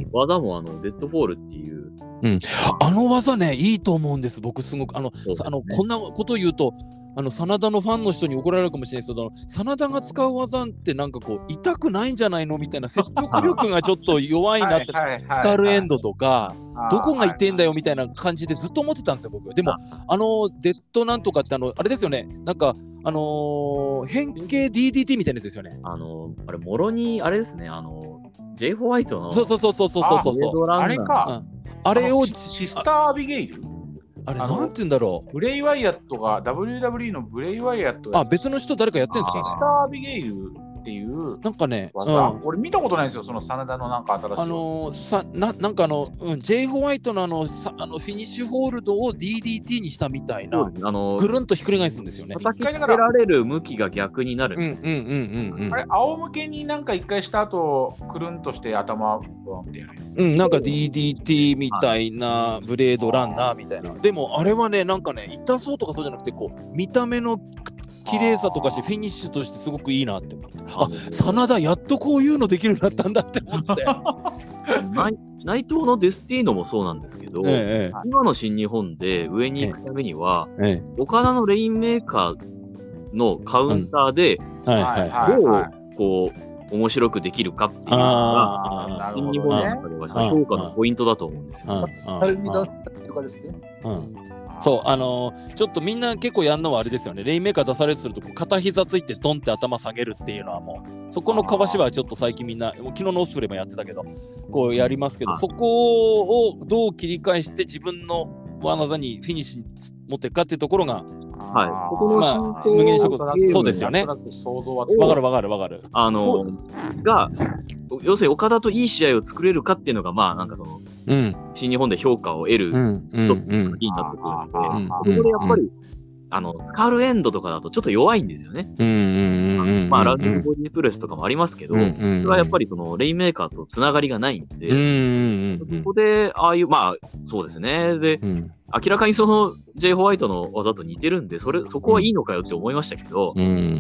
F: 技もあのデッドフォールっていう。
C: うん、あの技ね、いいと思うんです、僕すごく。あの、ね、あのこんなこと言うと、あの真田のファンの人に怒られるかもしれないですけど、真田が使う技ってなんかこう痛くないんじゃないのみたいな説得力がちょっと弱いなってスカルエンドとかどこが痛いんだよみたいな感じでずっと思ってたんですよ僕。でもあのデッドなんとかってあのあれですよね、なんかあのー、変形 ディーディーティー みたいなやつですよね。
F: あのー、あれもろにあれですね、あのー、J ホワイトの
C: そうそうそうそうそうそうそう
D: あれか、
C: うん、あれを
D: シスターアビゲイル
C: あれなんて言うんだろう。
D: ブレイワイヤットが ダブリューダブリュー のブレイワイヤットが
C: あ別の人誰かやってるんですかね。
D: シスターアビゲイルっていう
C: なんかね、
D: うん、俺見たことないんですよ、その真田のなんか新しい。
C: あのー、さななんかあの、うん、J ホワイトのあのさあのフィニッシュホールドを ディーディーティー にしたみたいな、あのー、ぐるんとひっくり返すんですよね。
F: 叩きつけられる向きが逆になる。
C: うんうんうんうんうん。
D: あれ仰向けになんか一回した後くるんとして頭ボンってやる。
C: うん、なんか ディーディーティー みたいな、ブレードランナーみたいな。でもあれはね、なんかね、痛そうとかそうじゃなくて、こう見た目の綺麗さとかしてフィニッシュとしてすごくいいなって思って、あ、真田やっとこういうのできるようになったんだって思って
F: 内藤のデスティーノもそうなんですけど、ええ、今の新日本で上に行くためには、ええ、岡田のレインメーカーのカウンターでどうこう面白くできるかっていうのが新日本の中では評価のポイントだと思うんですよ。
C: そう、あのー、ちょっとみんな結構やるのはあれですよね。レインメーカー出されるとするとこう片膝ついてドンって頭下げるっていうのはもうそこのかわしはちょっと最近みんなもう昨日のオスプレイもやってたけどこうやりますけど、そこをどう切り返して自分の技にフィニッシュに持っていくかっていうところが
F: はい、ここの真相、
C: 無限にそうですよね。わかるわかるわかる。
F: あのが要するに岡田といい試合を作れるかっていうのがまあなんかその、うん、新日本で評価を得る一つの鍵になってくるので、ここでやっぱりあのスカルエンドとかだとちょっと弱いんですよね。まあランニングボディプレスとかもありますけど、それはやっぱりそのレインメーカーとつながりがないんで、そこでああいうまあそうですねで。うん明らかにその J ホワイトの技と似てるんで、それそこはいいのかよって思いましたけど、うん、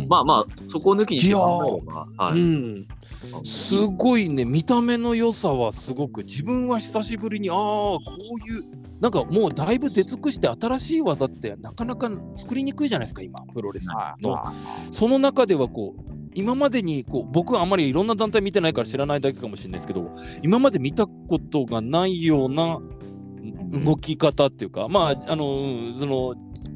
F: まあまあ、そこを抜きにして考えれば、はいうん、
C: すごいね、見た目の良さはすごく、自分は久しぶりに、ああ、こういう、なんかもうだいぶ出尽くして、新しい技ってなかなか作りにくいじゃないですか、今、プロレスの。その中ではこう、今までにこう僕はあんまりいろんな団体見てないから知らないだけかもしれないですけど、今まで見たことがないような動き方っていうか、まあ、あの、その、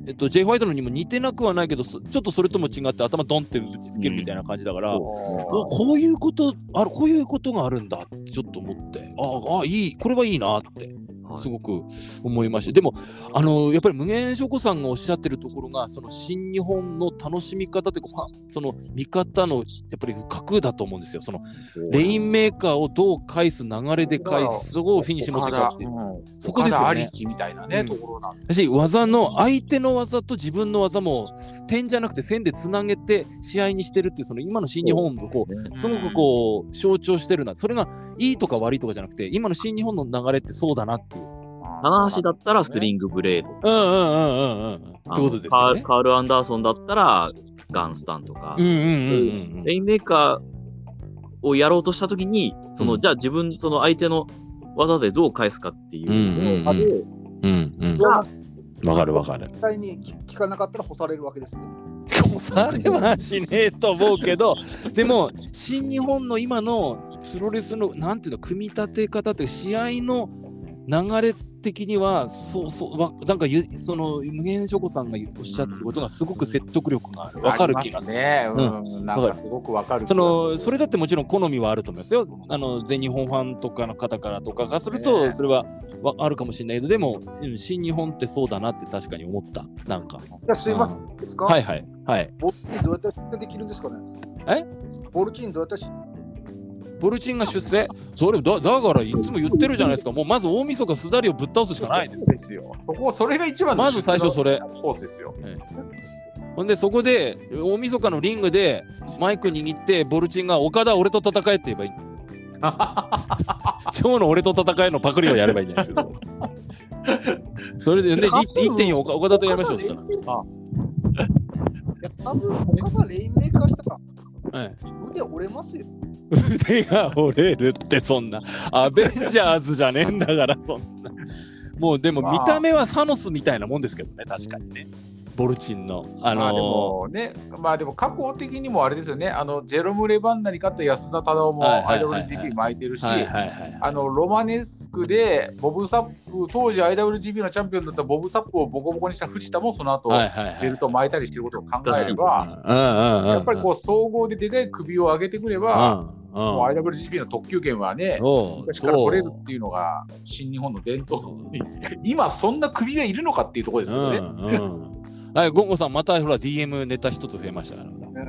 C: えっと、J. ホワイトのにも似てなくはないけど、ちょっとそれとも違って頭ドンって打ちつけるみたいな感じだから、うん、こういうことあるこういうことがあるんだってちょっと思って、ああいいこれはいいなってすごく思いました。でもあのやっぱり無限ショコさんがおっしゃってるところが、その新日本の楽しみ方というか、その見方のやっぱり核だと思うんですよ。そのレインメーカーをどう返す、流れで返す、そこをフィニッシュ持っていくかっていう、うん、そこですよね。
D: ありきみたいなね、うん、ところなん
C: だし、技の相手の技と自分の技も点じゃなくて線でつなげて試合にしてるっていう、その今の新日本のこうすごくこう象徴してるな。それがいいとか悪いとかじゃなくて、今の新日本の流れってそうだなっていう。
F: 棚橋だったらスリングブレード。
C: うんうんうんうんうん。ってことですよね。
F: カール・アンダーソンだったらガンスタンとか。
C: うんうんうんうん。
F: レインメーカーをやろうとしたときに、その、うん、じゃあ自分、その相手の技でどう返すかっていうので、
C: うんうん。じゃあ、わかるわかる。
E: 絶対に効かなかったら干されるわけですね。
C: 干されはしねえと思うけど、でも、新日本の今のプロレスの、なんていうの、組み立て方って試合の流れ的には、そうそう、わなんかその無限ショコさんがおっしゃってることがすごく説得力がある、わかる気がする。
D: ね、うん、なんかすごくわかる。
C: そのそれだってもちろん好みはあると思いますよ。あの全日本ファンとかの方からとかがすると、それはあるかもしれないけど、でも新日本ってそうだなって確かに思った。なんか。
E: いや、すいませんですか。
C: はいはいはい。
E: ボルチンどうやってできるんですかね。
C: え？
E: ボルチンどうやって
C: ボルチンが出世、それ だ, だからいつも言ってるじゃないですか。もうまず大晦日すだりをぶっ倒すしかないです
D: ですよ。そこそれが一番の
C: まず最初それ。
D: コースですよ。
C: ええ、ほんでそこで大晦日のリングでマイク握ってボルチンが岡田俺と戦えって言えばいいんです。蝶の俺と戦えのパクリをやればいいんじゃないですか。それで、ね、いってんよん 岡, 岡田とやりましょう。したら。あ
E: いや多分岡田レインメーカーしたら。
C: ええ、
E: 腕折れますよ。
C: 腕が折れるってそんなアベンジャーズじゃねえんだからそんな。もうでも見た目はサノスみたいなもんですけどね、確かにね。ボルチンの。あのー、まあでもね、
D: まあでも過去的にもあれですよね、あのジェロム・レバンナに勝った安田忠雄も アイダブリュージーピー 巻いてるし、あのロマネスクでボブ・サップ、当時 アイダブリュージーピー のチャンピオンだったボブ・サップをボコボコにした藤田もその後、ベルトを巻いたりしてることを考えれば、やっぱりこう総合ででかい首を上げてくれば、もう アイダブリュージーピー の特急券はね、昔から取れるっていうのが新日本の伝統。今そんな首がいるのかっていうところですよね。うんうん
C: はい、ゴンゴさん、またほら ディーエム ネタ一つ増えましたから。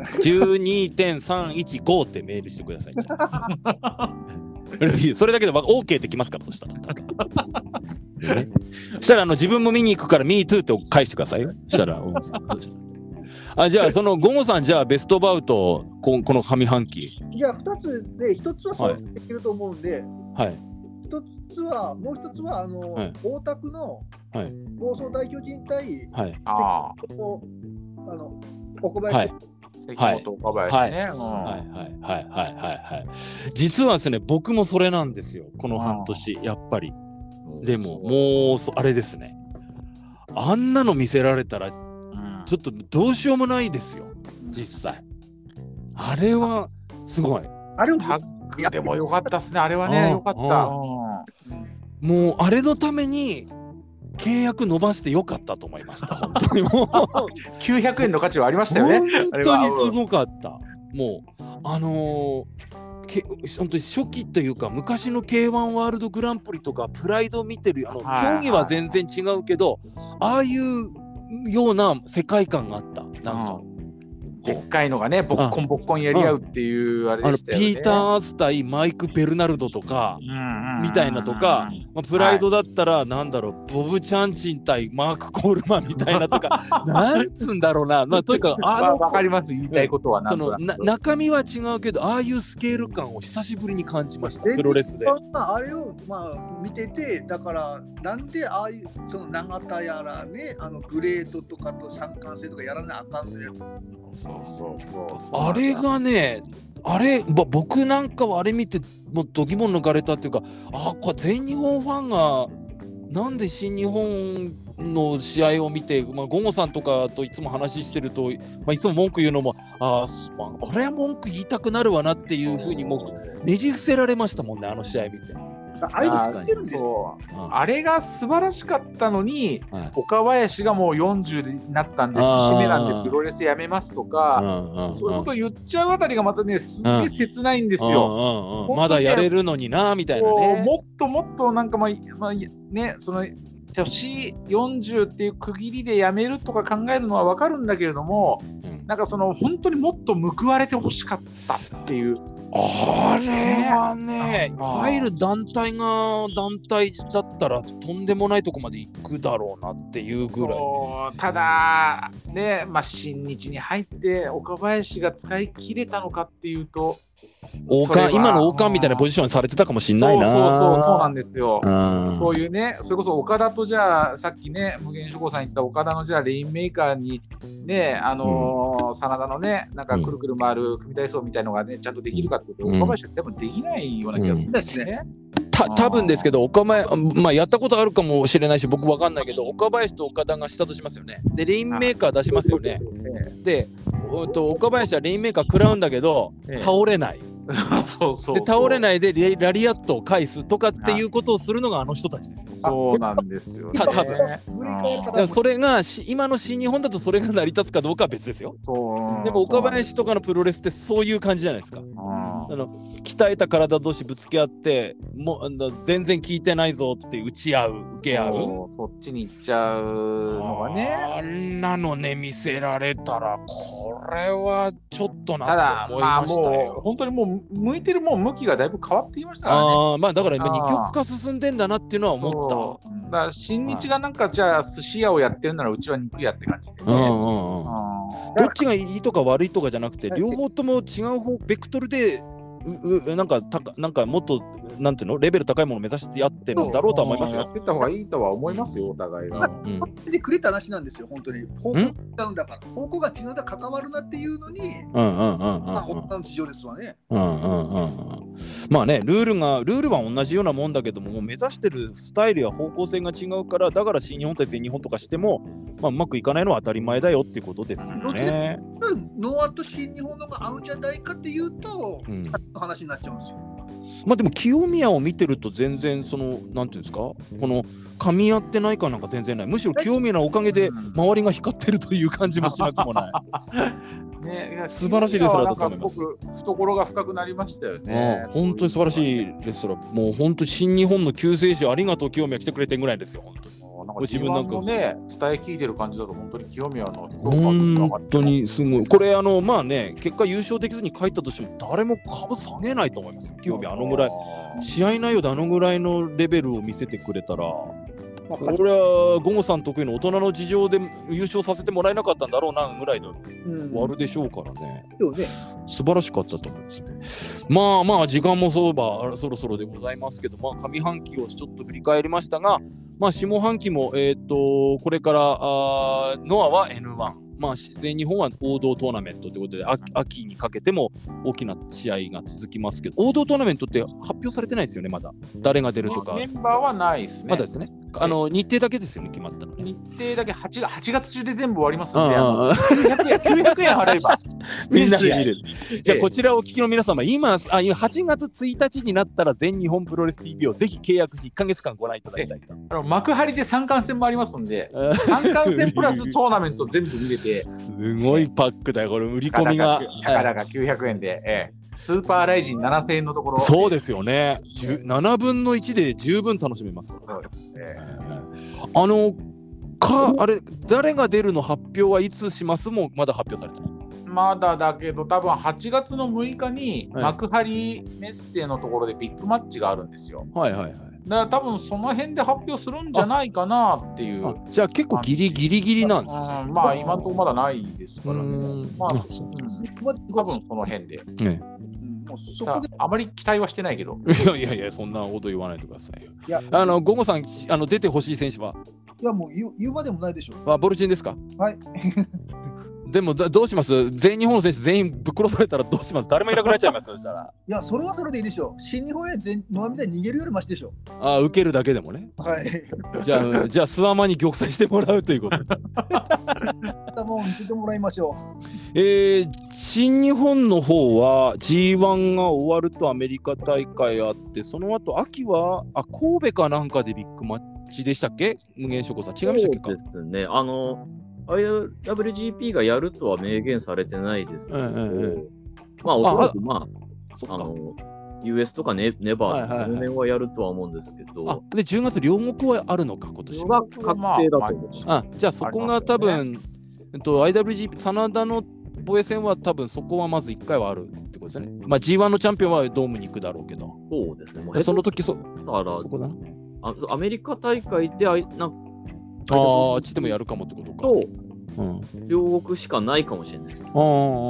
C: じゅうにてんさんいちご ってメールしてください。それだけで OK ってきますから、そしたら。そしたらあの自分も見に行くから、ミートゥーって返してくださいよ。そしたら、あじゃあ、そのゴンゴさん、じゃあベストバウト、こ, この上半期。
E: じゃあ、ふたつで、ひとつはそうできると思うんで、
C: はい。
E: 一つは、もう一つは、あの、はい、大田区の暴走大巨人対、
C: はい、
E: ああの、岡林、はい
D: 関本岡林ね。はいはい
C: はいはいはいはい。実はですね、僕もそれなんですよ、この半年、やっぱり。でも、もう、あれですね。あんなの見せられたら、ちょっとどうしようもないですよ、実際。あれは、すごい。
E: あれを
D: でもよかったですね、あれはね、よかった。
C: もう、あれのために契約伸ばしてよかったと思いました、本当にもう。
D: きゅうひゃくえんの価値はありましたよね。
C: 本当にすごかった。もう、あのー、け本当に初期というか、昔の ケーワン ワールドグランプリとか、プライドを見てる、あの競技は全然違うけど、ああいうような世界観があった。なんか。
D: でっかいのがね、ボッコンボッコンやり合うっていうあれでしたよね。
C: ピーター・アース対マイク・ベルナルドとかみたいなとか、まあ、プライドだったらなんだろう、はい、ボブ・チャンチン対マーク・コールマンみたいなとかなんつんだろうな、まあ、とにかくあの
D: 分かります、言いたいことは。
C: そのな中身は違うけど、ああいうスケール感を久しぶりに感じました、プロレスで。
E: あれをまあ見てて、だからなんでああいうその永田やらね、あのグレートとかと三冠制とかやらなあかんね。
D: そうそうそう、
C: あれがね、あれ、僕なんかはあれ見てもう度肝抜かれたっていうか、あこれ全日本ファンがなんで新日本の試合を見て、まあ、ゴンゴさんとかといつも話してると、まあ、いつも文句言うのも、あ、まあ、俺は文句言いたくなるわなっていうふうにもうねじ伏せられましたもんね、あの試合見て。
E: あれが知ってるんですよ。
D: あれが素晴らしかったのに、はい、岡林がもうよんじゅうになったんで節目なんでプロレスやめますとか、そういうこと言っちゃうあたりがまたねすげえ切ないんですよ。
C: まだやれるのになみたいなね。
D: もっともっとなんかまあ、まあ、ねその年よんじゅうっていう区切りでやめるとか考えるのは分かるんだけれども、うん、なんかその本当にもっと報われてほしかったっていう。
C: あれはね、入る団体が団体だったらとんでもないとこまで行くだろうなっていうぐらい。
D: そうただね、まあ、新日に入って岡林が使い切れたのかっていうと、
C: 王冠今の王冠みたいなポジションにされてたかもしれないな。
D: そうそうそうそうなんですよ。そういうね、それこそ岡田とじゃあさっきね無限諸行さん言った岡田のじゃあレインメーカーにねあのーうん、真田のねなんかくるくる回る組体操みたいのがねちゃんとできるかってことで、うん、岡林は多分できないような気がするんですね。
C: うん、た多分ですけど岡前、まあ、やったことあるかもしれないし僕わかんないけど岡林と岡田がしたとしますよね。でレインメーカー出しますよね。で岡林はレインメーカー食らうんだけど、ええ、倒れない。
D: そうそうそう
C: で倒れないでラリアットを返すとかっていうことをするのがあの人たちですよ。
D: そうなんですよ、ね。
C: た多分それが今の新日本だとそれが成り立つかどうかは別ですよ。そうでも岡林とかのプロレスってそういう感じじゃないですか。あの鍛えた体同士ぶつけ合ってもう全然効いてないぞって打ち合う受け合う
D: そ, そっちに行っちゃうのがね
C: あんなのね見せられたらこれはちょっとなと思いましたよ。
D: ただ、まあ、もう本当にもう向いてるもう向きがだいぶ変わっていましたからね。
C: あまあだから今二極化進んでんだなっていうのは思った。
D: だから新日がなんかじゃあ寿司屋をやってるならうちは肉屋って感じで、ねうんうんうん、
C: どっちがいいとか悪いとかじゃなくて両方とも違う方ベクトルでううなんかたなんかもっとなんていうのレベル高いものを目指してやってるんだろうとは思いますよ。
D: やってた方がいいとは思いますよ、お互いが。
E: うん、でくれた話なんですよ、本当に。方向が違うんだから、方向が違うんだ関わるなっていうのに、うんうんうんうん、まあ、女の事情ですわね。
C: うんうんうんうん。まあね、ルールが、ルールは同じようなもんだけども、もう目指してるスタイルや方向性が違うから、だから新日本対全日本とかしても、まあ、うまくいかないのは当たり前だよっていうことですよね。
E: ノアと新日本のが合うんじゃないかっていうと、うん、話になっちゃうんですよ。
C: まあでも清宮を見てると全然そのなんていうんですかこの噛み合ってない感なんか全然ない。むしろ清宮のおかげで周りが光ってるという感じもしなくもない。ね、素晴らしいレスラーだと思います。
D: すごく懐が深くなりましたよね。
C: 本当に素晴らしいレスラー。もう本当に新日本の救世主ありがとう清宮来てくれてるぐらいですよ。本当に。
D: なんか自分なんかね伝え聞いてる感じだと本当に清宮の
C: 本当にすごい。これあのまあね結果優勝できずに帰ったとしても誰も株下げないと思いますよ。清宮あのぐらい試合内容であのぐらいのレベルを見せてくれたら。これはゴゴさん得意の大人の事情で優勝させてもらえなかったんだろうなぐらいで終わるでしょうからね、うんね、素晴らしかったと思いますね。まあまあ時間もそうばそろそろでございますけど、まあ、上半期をちょっと振り返りましたが、まあ、下半期も、えー、とこれからあノアは エヌワン、まあ、全日本は王道トーナメントということで秋、秋にかけても大きな試合が続きますけど、王道トーナメントって発表されてないですよね、まだ。誰が出るとか。
D: メンバーはないですね。
C: まだですね。あの日程だけですよね、決まったの。
D: 日程だけ はち, はちがつ中で全部終わりますので、きゅうひゃくえん、きゅうひゃくえん払えば
C: みんなで見れる。じゃあ、こちらをお聞きの皆様、今、あはちがつついたちになったら全日本プロレス ティービー をぜひ契約し、いっかげつかんご覧いただきたいと。
D: あの幕張で三冠戦もありますので、三冠戦プラストーナメント全部見れて。
C: すごいパックだよ、これ、売り込みが。
D: たかだかきゅうひゃくえんで、ええ、スーパーライジンななせんえんのところ。
C: そうですよね。ななぶんのいちで十分楽しめます。そうですね。あのかあれ誰が出るの発表はいつしますもまだ発表されてない。
D: まだだけど多分はちがつのむいかに幕張メッセのところでビッグマッチがあるんですよ。
C: はいはいはい。
D: だから多分その辺で発表するんじゃないかなっていう。
C: じゃあ結構ギリギリギリなんです
D: か。まあ今のところまだないですからね。まあ、うん、多分その辺で。ねそこであまり期待はしてないけど。
C: いやいやいや、そんなこと言わないでくださいよ。いやあのゴゴさんあの出てほしい選手は。
E: いやもう言う、言うまでもないでしょう。
C: あボルチンですか。
E: はい。
C: でもどうします？全日本の選手全員ぶっ殺されたらどうします？誰もいなくなっちゃいますよ。そしたら。
E: いや、それはそれでいいでしょう。新日本や全日本みたいに逃げるよりマシでしょ。
C: ああ、受けるだけでもね。
E: はい。
C: じゃあ、じゃあ、諏訪間に玉砕してもらうということで。
E: もう見せてもらいましょう。
C: えー、新日本の方は ジーワン が終わるとアメリカ大会あって、その後秋はあ神戸かなんかでビッグマッチでしたっけ？無限諸子さん、違いましたっけか？
F: そうですね。あの、アイダブリュージーピー がやるとは明言されてないですけど、うんうんうん、まあ、おそらく、まあ、あの、ユーエス とかネネバー、この辺はやるとは思うんですけど、
C: あでじゅうがつ両国はあるのか、今年
F: は。確定だと思う。
C: あじゃあ、そこが多分、ねえっと、アイダブリュージーピー、真田の防衛戦は多分そこはまずいっかいはあるってことですよね。まあ、ジーワン のチャンピオンはドームに行くだろうけど。
F: そうですね。もう
C: その時そ、
F: そこだなあ。アメリカ大会であいな
C: ああ、あっちでもやるかもってことか。
F: と、うん、両国しかないかもしれないです。ああ、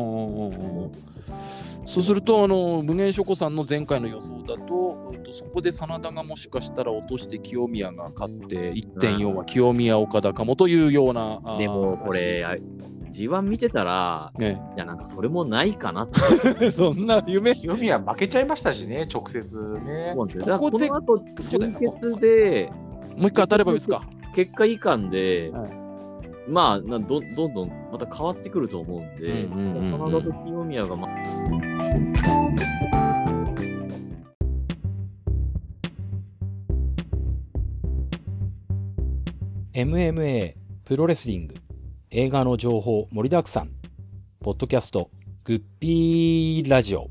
C: そうすると、あの無限諸子さんの前回の予想だと、そこで真田がもしかしたら落として清宮が勝って、いってんよん は清宮、岡田かもというような。
F: でも、これ、ジーワン 見てたら、ね、いや、なんかそれもないかなって。
C: そんな夢。
D: 清宮負けちゃいましたしね、直接ね。
F: ここで、この後、準決で、
C: もう一回当たればいいですか。
F: 結果いかんで、はい、まあど、どんどんまた変わってくると思うんで、真田と清宮が、まあ、
B: エムエムエー プロレスリング映画の情報盛りだくさんポッドキャストグッピーラジオ。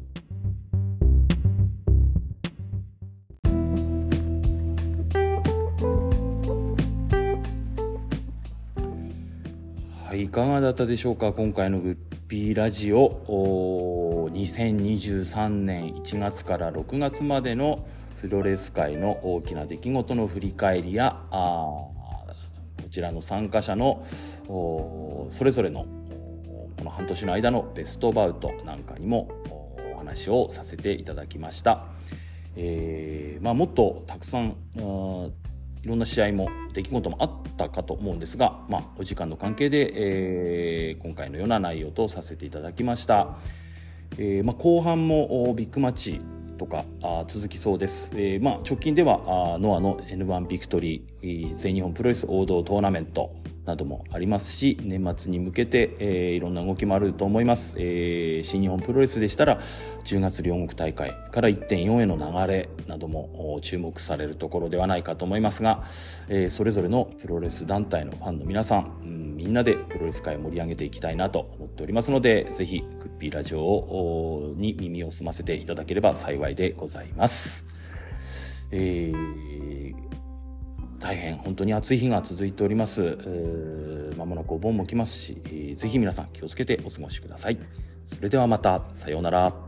A: はい、いかがだったでしょうか。今回のグッピーラジオ、にせんにじゅうさんねんいちがつからろくがつまでのプロレス界の大きな出来事の振り返りや、あこちらの参加者のそれぞれのこの半年の間のベストバウトなんかにもお話をさせていただきました。えーまあ、もっとたくさんいろんな試合も出来事もあったかと思うんですが、まあ、お時間の関係で、えー、今回のような内容とさせていただきました。えーまあ、後半もビッグマッチとかあ続きそうです。えーまあ、直近ではあノアの エヌワン ビクトリー全日本プロレス王道トーナメントなどもありますし、年末に向けて、えー、いろんな動きもあると思います。えー、新日本プロレスでしたらじゅうがつ両国大会から いってんよん への流れなども注目されるところではないかと思いますが、えー、それぞれのプロレス団体のファンの皆さん、うん、みんなでプロレス界を盛り上げていきたいなと思っておりますので、ぜひクッピーラジオをに耳を澄ませていただければ幸いでございます。えー大変本当に暑い日が続いております。まもなくお盆も来ますし、ぜひ皆さん気をつけてお過ごしください。それではまた、さようなら。